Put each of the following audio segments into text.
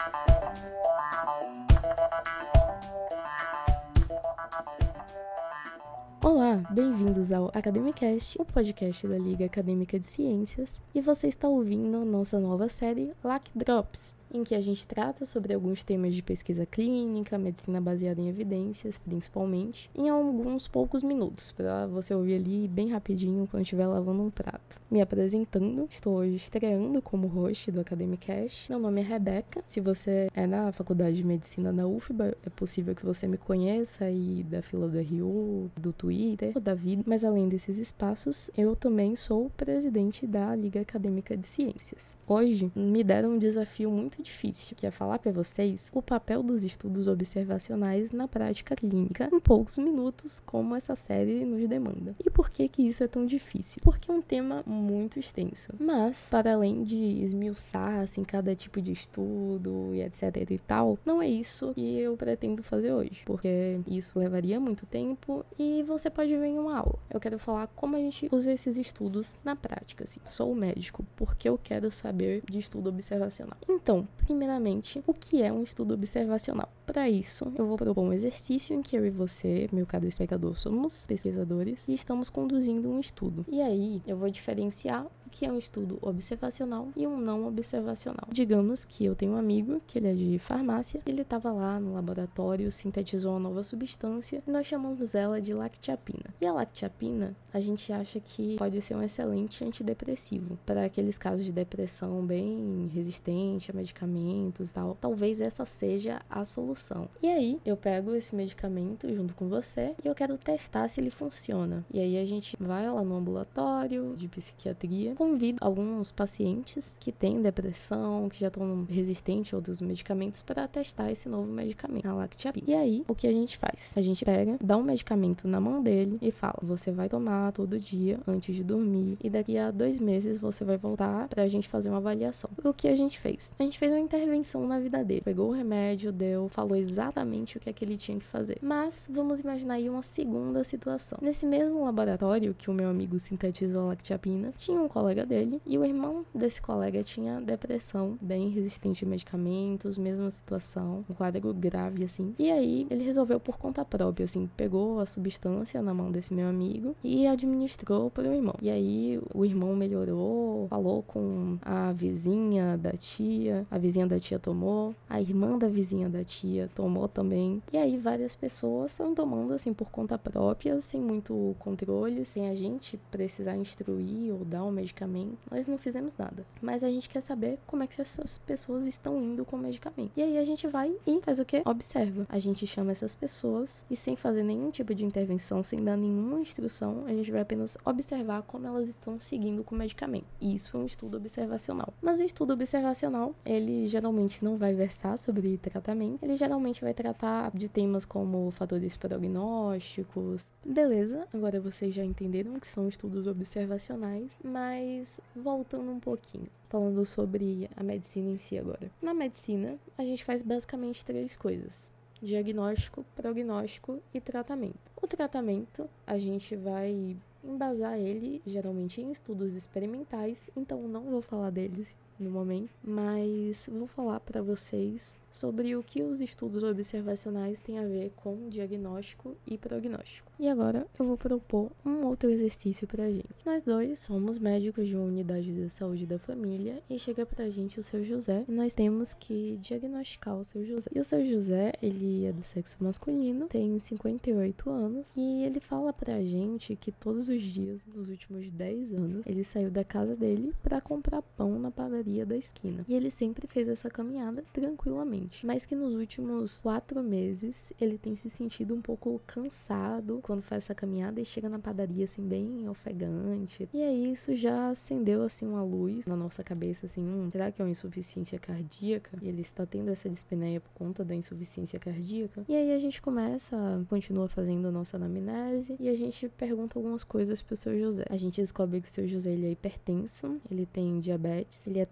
Olá, bem-vindos ao Academicast, o podcast da Liga Acadêmica de Ciências, e você está ouvindo nossa nova série LAC Drops, em que a gente trata sobre alguns temas de pesquisa clínica, medicina baseada em evidências, principalmente, em alguns poucos minutos, para você ouvir ali bem rapidinho quando estiver lavando um prato. Me apresentando, estou hoje estreando como host do Academicast. Meu nome é Rebeca. Se você é na Faculdade de Medicina da UFBA, é possível que você me conheça aí da fila do RU, do Twitter ou da vida, mas além desses espaços, eu também sou presidente da Liga Acadêmica de Ciências. Hoje, me deram um desafio muito difícil, que é falar para vocês o papel dos estudos observacionais na prática clínica em poucos minutos, como essa série nos demanda. E por que isso é tão difícil? Porque é um tema muito extenso. Mas, para além de esmiuçar assim, cada tipo de estudo e etc e tal, não é isso que eu pretendo fazer hoje, porque isso levaria muito tempo e você pode ver em uma aula. Eu quero falar como a gente usa esses estudos na prática, assim. Sou médico, porque eu quero saber de estudo observacional. Então, primeiramente, o que é um estudo observacional? Para isso, eu vou propor um exercício em que eu e você, meu caro espectador, somos pesquisadores e estamos conduzindo um estudo. E aí, eu vou diferenciar o que é um estudo observacional e um não observacional. Digamos que eu tenho um amigo, que ele é de farmácia, ele estava lá no laboratório, sintetizou uma nova substância e nós chamamos ela de lactiapina. E a lactiapina, a gente acha que pode ser um excelente antidepressivo para aqueles casos de depressão bem resistente a medicamentos e tal. Talvez essa seja a solução. E aí, eu pego esse medicamento junto com você e eu quero testar se ele funciona. E aí a gente vai lá no ambulatório de psiquiatria, convido alguns pacientes que têm depressão, que já estão resistentes a outros medicamentos para testar esse novo medicamento, a lactiapina. E aí, o que a gente faz? A gente pega, dá um medicamento na mão dele e fala, você vai tomar todo dia antes de dormir e daqui a 2 meses você vai voltar pra gente fazer uma avaliação. O que a gente fez? A gente fez uma intervenção na vida dele. Pegou o remédio, deu, falou exatamente o que é que ele tinha que fazer. Mas vamos imaginar aí uma segunda situação. Nesse mesmo laboratório que o meu amigo sintetizou a lactiapina, tinha um colega dele e o irmão desse colega tinha depressão, bem resistente a medicamentos, mesma situação, um quadro grave assim. E aí ele resolveu por conta própria, assim, pegou a substância na mão desse meu amigo e administrou para o irmão. E aí o irmão melhorou, falou com a vizinha da tia, a vizinha da tia tomou, a irmã da vizinha da tia tomou também. E aí várias pessoas foram tomando assim por conta própria, sem muito controle, sem a gente precisar instruir ou dar um medicamento. Nós não fizemos nada. Mas a gente quer saber como é que essas pessoas estão indo com o medicamento. E aí a gente vai e faz o quê? Observa. A gente chama essas pessoas e sem fazer nenhum tipo de intervenção, sem dar nenhuma instrução, a gente vai apenas observar como elas estão seguindo com o medicamento. E isso é um estudo observacional. Mas o estudo observacional, ele geralmente não vai versar sobre tratamento, ele geralmente vai tratar de temas como fatores prognósticos. Beleza, agora vocês já entenderam o que são estudos observacionais, mas voltando um pouquinho, falando sobre a medicina em si agora. Na medicina, a gente faz basicamente 3 coisas: diagnóstico, prognóstico e tratamento. O tratamento, a gente vai embasar ele geralmente em estudos experimentais, então não vou falar deles no momento, mas vou falar para vocês sobre o que os estudos observacionais têm a ver com diagnóstico e prognóstico. E agora eu vou propor um outro exercício pra gente. Nós dois somos médicos de uma unidade de saúde da família e chega pra gente o seu José e nós temos que diagnosticar o seu José. E o seu José, ele é do sexo masculino, tem 58 anos e ele fala pra gente que todos os dias, nos últimos 10 anos, ele saiu da casa dele pra comprar pão na padaria da esquina. E ele sempre fez essa caminhada tranquilamente, mas que nos últimos 4 meses ele tem se sentido um pouco cansado quando faz essa caminhada e chega na padaria assim bem ofegante. E aí isso já acendeu assim uma luz na nossa cabeça assim, será que é uma insuficiência cardíaca? E ele está tendo essa dispneia por conta da insuficiência cardíaca? E aí a gente continua fazendo a nossa anamnese e a gente pergunta algumas coisas pro seu José. A gente descobre que o seu José ele é hipertenso, ele tem diabetes, ele é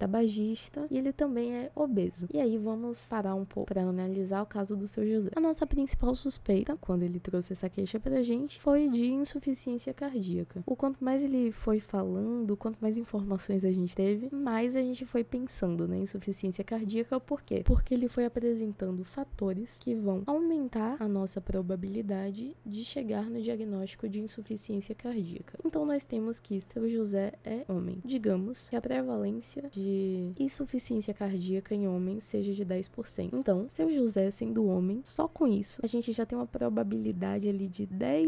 tabagista e ele também é obeso. E aí vamos parar um pouco para analisar o caso do seu José. A nossa principal suspeita, quando ele trouxe essa queixa pra gente, foi de insuficiência cardíaca. O quanto mais ele foi falando, quanto mais informações a gente teve, mais a gente foi pensando na insuficiência cardíaca. Por quê? Porque ele foi apresentando fatores que vão aumentar a nossa probabilidade de chegar no diagnóstico de insuficiência cardíaca. Então nós temos que seu José é homem. Digamos que a prevalência de insuficiência cardíaca em homens seja de 10%. Então, seu José sendo homem, só com isso, a gente já tem uma probabilidade ali de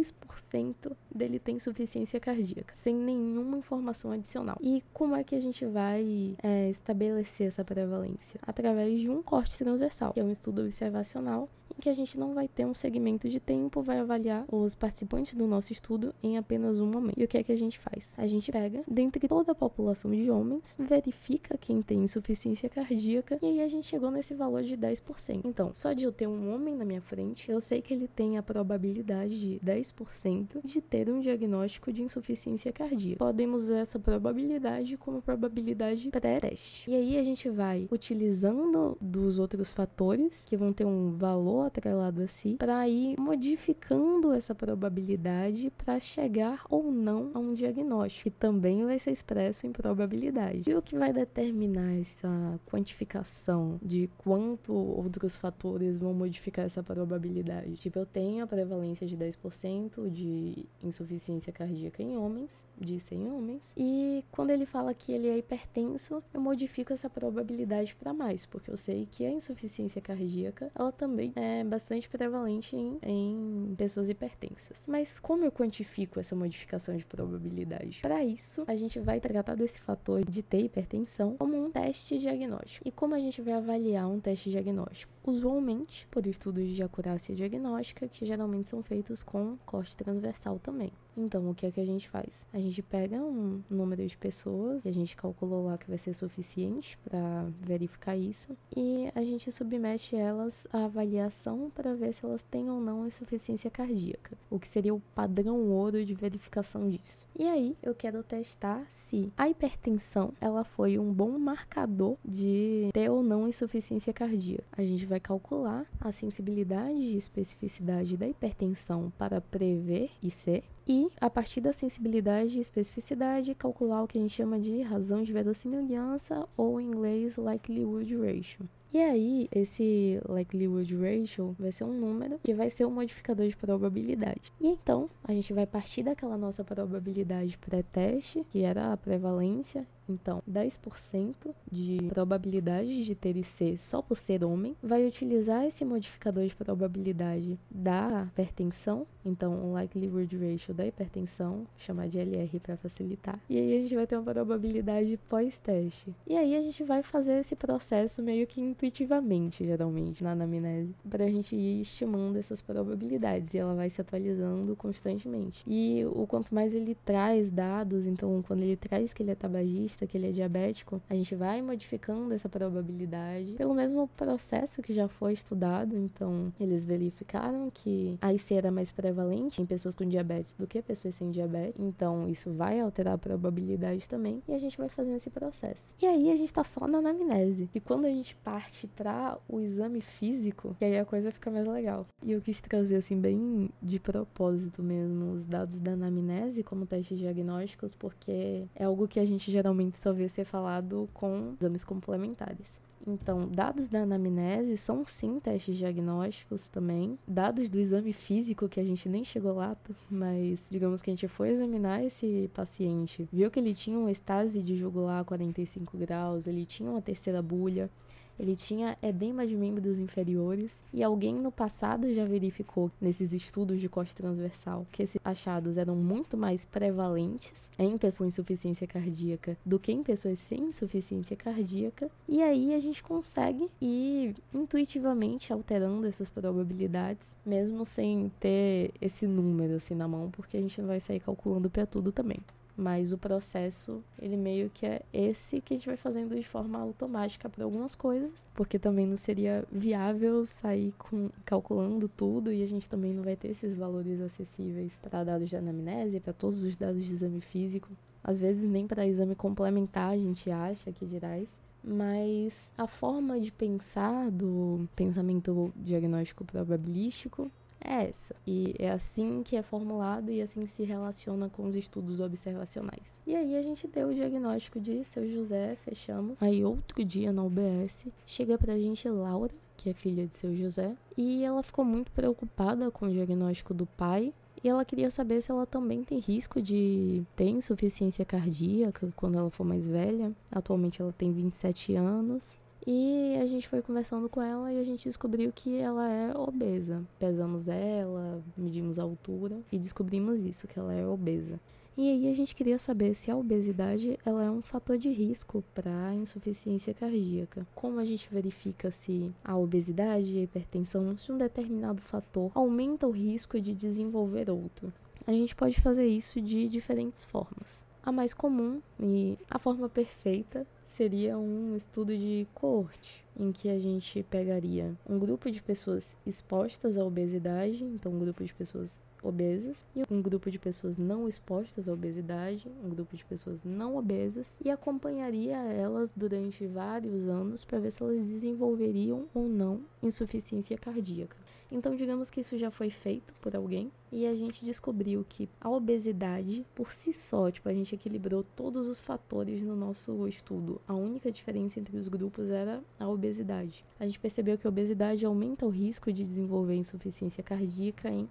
10% dele ter insuficiência cardíaca, sem nenhuma informação adicional. E como é que a gente vai estabelecer essa prevalência? Através de um corte transversal, que é um estudo observacional, em que a gente não vai ter um segmento de tempo, vai avaliar os participantes do nosso estudo em apenas um momento. E o que é que a gente faz? A gente pega, dentre toda a população de homens, verifica quem tem insuficiência cardíaca, e aí a gente chegou nesse valor de 10%. Então, só de eu ter um homem na minha frente, eu sei que ele tem a probabilidade de 10% de ter um diagnóstico de insuficiência cardíaca. Podemos usar essa probabilidade como probabilidade pré-teste. E aí a gente vai utilizando dos outros fatores, que vão ter um valor atrelado a si, para ir modificando essa probabilidade para chegar ou não a um diagnóstico, que também vai ser expresso em probabilidade. E o que vai determinar essa quantificação de quanto outros fatores vão modificar essa probabilidade? Tipo, eu tenho a prevalência de 10% de insuficiência cardíaca em homens, de 100 homens, e quando ele fala que ele é hipertenso, eu modifico essa probabilidade para mais, porque eu sei que a insuficiência cardíaca, ela também é bastante prevalente em pessoas hipertensas. Mas como eu quantifico essa modificação de probabilidade? Para isso, a gente vai tratar desse fator de ter hipertensão como um teste diagnóstico. E como a gente vai avaliar um teste diagnóstico? Usualmente, por estudos de acurácia diagnóstica, que geralmente são feitos com corte transversal também. Então, o que é que a gente faz? A gente pega um número de pessoas que a gente calculou lá que vai ser suficiente para verificar isso, e a gente submete elas à avaliação para ver se elas têm ou não insuficiência cardíaca, o que seria o padrão ouro de verificação disso. E aí, eu quero testar se a hipertensão ela foi um bom marcador de ter ou não insuficiência cardíaca. A gente vai calcular a sensibilidade e especificidade da hipertensão para prever IC, e, a partir da sensibilidade e especificidade, calcular o que a gente chama de razão de verossimilhança, ou em inglês, likelihood ratio. E aí, esse likelihood ratio vai ser um número que vai ser um modificador de probabilidade. E então, a gente vai partir daquela nossa probabilidade pré-teste, que era a prevalência. Então, 10% de probabilidade de ter IC só por ser homem, vai utilizar esse modificador de probabilidade da hipertensão, então o likelihood ratio da hipertensão, chamar de LR para facilitar, e aí a gente vai ter uma probabilidade pós-teste. E aí a gente vai fazer esse processo meio que intuitivamente, geralmente, na anamnese, para a gente ir estimando essas probabilidades, e ela vai se atualizando constantemente. E o quanto mais ele traz dados, então quando ele traz que ele é tabagista, que ele é diabético, a gente vai modificando essa probabilidade pelo mesmo processo que já foi estudado. Então, eles verificaram que a IC era mais prevalente em pessoas com diabetes do que pessoas sem diabetes. Então, isso vai alterar a probabilidade também, e a gente vai fazendo esse processo. E aí, a gente tá só na anamnese. E quando a gente parte para o exame físico, que aí a coisa fica mais legal. E eu quis trazer, assim, bem de propósito mesmo, os dados da anamnese como testes diagnósticos, porque é algo que a gente geralmente só vê ser falado com exames complementares. Então, dados da anamnese são sim testes diagnósticos também. Dados do exame físico, que a gente nem chegou lá, mas digamos que a gente foi examinar esse paciente, viu que ele tinha uma estase de jugular a 45 graus, ele tinha uma terceira bulha, ele tinha edema de membros inferiores, e alguém no passado já verificou nesses estudos de corte transversal que esses achados eram muito mais prevalentes em pessoas com insuficiência cardíaca do que em pessoas sem insuficiência cardíaca, e aí a gente consegue ir intuitivamente alterando essas probabilidades, mesmo sem ter esse número assim na mão, porque a gente não vai sair calculando para tudo também. Mas o processo, ele meio que é esse que a gente vai fazendo de forma automática para algumas coisas, porque também não seria viável sair calculando tudo, e a gente também não vai ter esses valores acessíveis para dados de anamnese, para todos os dados de exame físico. às vezes nem para exame complementar a gente acha que dirás. Mas a forma de pensar do pensamento diagnóstico probabilístico é essa. E é assim que é formulado e assim se relaciona com os estudos observacionais. E aí a gente deu o diagnóstico de seu José, fechamos. Aí outro dia na UBS, chega pra gente Laura, que é filha de seu José, e ela ficou muito preocupada com o diagnóstico do pai. E ela queria saber se ela também tem risco de ter insuficiência cardíaca quando ela for mais velha. Atualmente ela tem 27 anos. E a gente foi conversando com ela e a gente descobriu que ela é obesa. Pesamos ela, medimos a altura e descobrimos isso, que ela é obesa. E aí a gente queria saber se a obesidade ela é um fator de risco para insuficiência cardíaca. Como a gente verifica se a obesidade e a hipertensão, se um determinado fator aumenta o risco de desenvolver outro? A gente pode fazer isso de diferentes formas. A mais comum e a forma perfeita seria um estudo de coorte, em que a gente pegaria um grupo de pessoas expostas à obesidade, então um grupo de pessoas obesas, e um grupo de pessoas não expostas à obesidade, um grupo de pessoas não obesas, e acompanharia elas durante vários anos para ver se elas desenvolveriam ou não insuficiência cardíaca. Então, digamos que isso já foi feito por alguém e a gente descobriu que a obesidade, por si só, a gente equilibrou todos os fatores no nosso estudo. A única diferença entre os grupos era a obesidade. A gente percebeu que a obesidade aumenta o risco de desenvolver insuficiência cardíaca em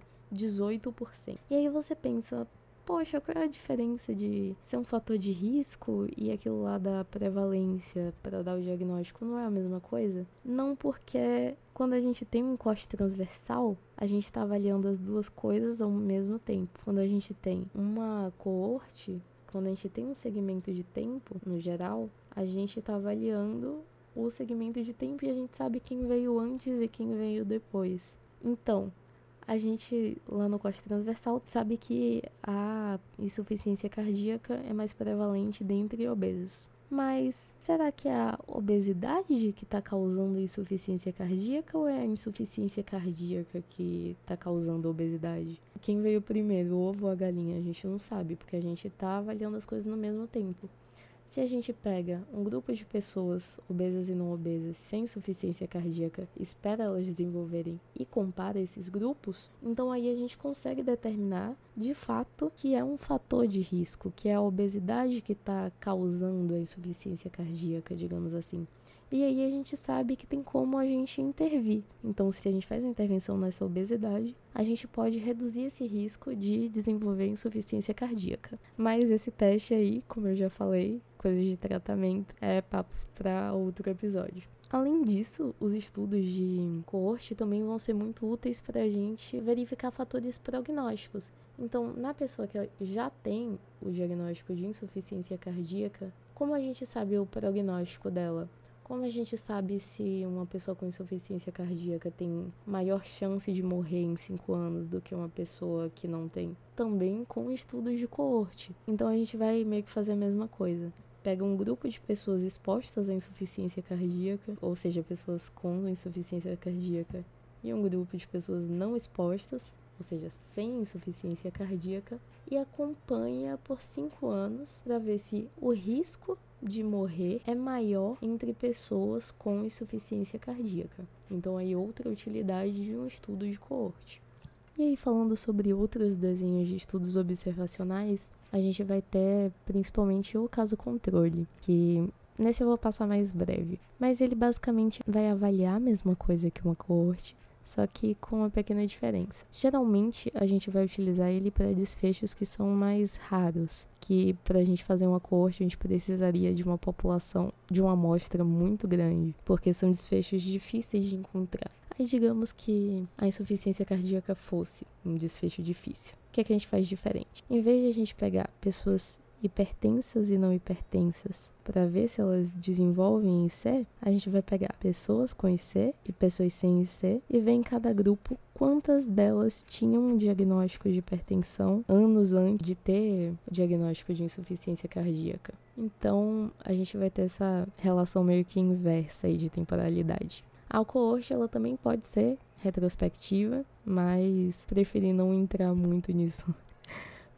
18%. E aí você pensa, poxa, qual é a diferença de ser um fator de risco e aquilo lá da prevalência para dar o diagnóstico? Não é a mesma coisa? Não, porque quando a gente tem um corte transversal, a gente está avaliando as duas coisas ao mesmo tempo. Quando a gente tem uma coorte, quando a gente tem um segmento de tempo, no geral, a gente está avaliando o segmento de tempo e a gente sabe quem veio antes e quem veio depois. Então, a gente, lá no corte transversal, sabe que a insuficiência cardíaca é mais prevalente dentre obesos. Mas será que é a obesidade que está causando insuficiência cardíaca ou é a insuficiência cardíaca que está causando a obesidade? Quem veio primeiro, o ovo ou a galinha? A gente não sabe, porque a gente está avaliando as coisas no mesmo tempo. Se a gente pega um grupo de pessoas obesas e não obesas sem insuficiência cardíaca, espera elas desenvolverem e compara esses grupos, então aí a gente consegue determinar de fato que é um fator de risco, que é a obesidade que está causando a insuficiência cardíaca, digamos assim. E aí a gente sabe que tem como a gente intervir. Então, se a gente faz uma intervenção nessa obesidade, a gente pode reduzir esse risco de desenvolver insuficiência cardíaca. Mas esse teste aí, como eu já falei, coisas de tratamento, é papo para outro episódio. Além disso, os estudos de coorte também vão ser muito úteis para a gente verificar fatores prognósticos. Então, na pessoa que já tem o diagnóstico de insuficiência cardíaca, como a gente sabe o prognóstico dela? Como a gente sabe se uma pessoa com insuficiência cardíaca tem maior chance de morrer em 5 anos do que uma pessoa que não tem? Também com estudos de coorte. Então a gente vai meio que fazer a mesma coisa. Pega um grupo de pessoas expostas à insuficiência cardíaca, ou seja, pessoas com insuficiência cardíaca, e um grupo de pessoas não expostas, ou seja, sem insuficiência cardíaca, e acompanha por 5 anos para ver se o risco de morrer é maior entre pessoas com insuficiência cardíaca. Então aí outra utilidade de um estudo de coorte. E aí falando sobre outros desenhos de estudos observacionais, a gente vai ter principalmente o caso controle, que nesse eu vou passar mais breve. Mas ele basicamente vai avaliar a mesma coisa que uma coorte, só que com uma pequena diferença. Geralmente, a gente vai utilizar ele para desfechos que são mais raros, que para a gente fazer uma coorte, a gente precisaria de uma população, de uma amostra muito grande, porque são desfechos difíceis de encontrar. Aí, digamos que a insuficiência cardíaca fosse um desfecho difícil. O que é que a gente faz diferente? Em vez de a gente pegar pessoas hipertensas e não hipertensas para ver se elas desenvolvem IC, a gente vai pegar pessoas com IC e pessoas sem IC e ver em cada grupo quantas delas tinham um diagnóstico de hipertensão anos antes de ter o diagnóstico de insuficiência cardíaca. Então, a gente vai ter essa relação meio que inversa aí de temporalidade. A coorte, ela também pode ser retrospectiva, mas preferi não entrar muito nisso,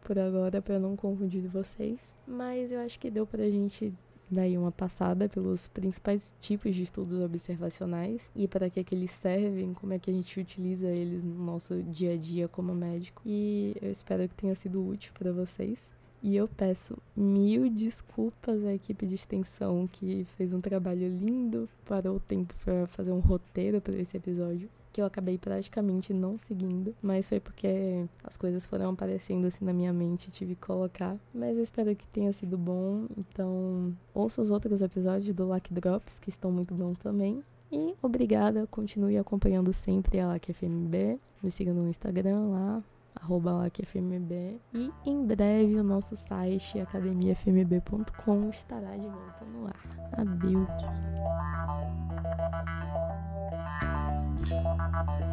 por agora para não confundir vocês, mas eu acho que deu pra gente daí uma passada pelos principais tipos de estudos observacionais e para que eles servem, como é que a gente utiliza eles no nosso dia a dia como médico. E eu espero que tenha sido útil para vocês. E eu peço 1000 desculpas à equipe de extensão que fez um trabalho lindo, parou o tempo para fazer um roteiro para esse episódio, que eu acabei praticamente não seguindo, mas foi porque as coisas foram aparecendo assim na minha mente, tive que colocar. Mas eu espero que tenha sido bom, então ouça os outros episódios do Lac Drops, que estão muito bons também. E obrigada, continue acompanhando sempre a LacFMB, me siga no Instagram lá, @LacFMB, e em breve o nosso site academiafmb.com estará de volta no ar. Adeus!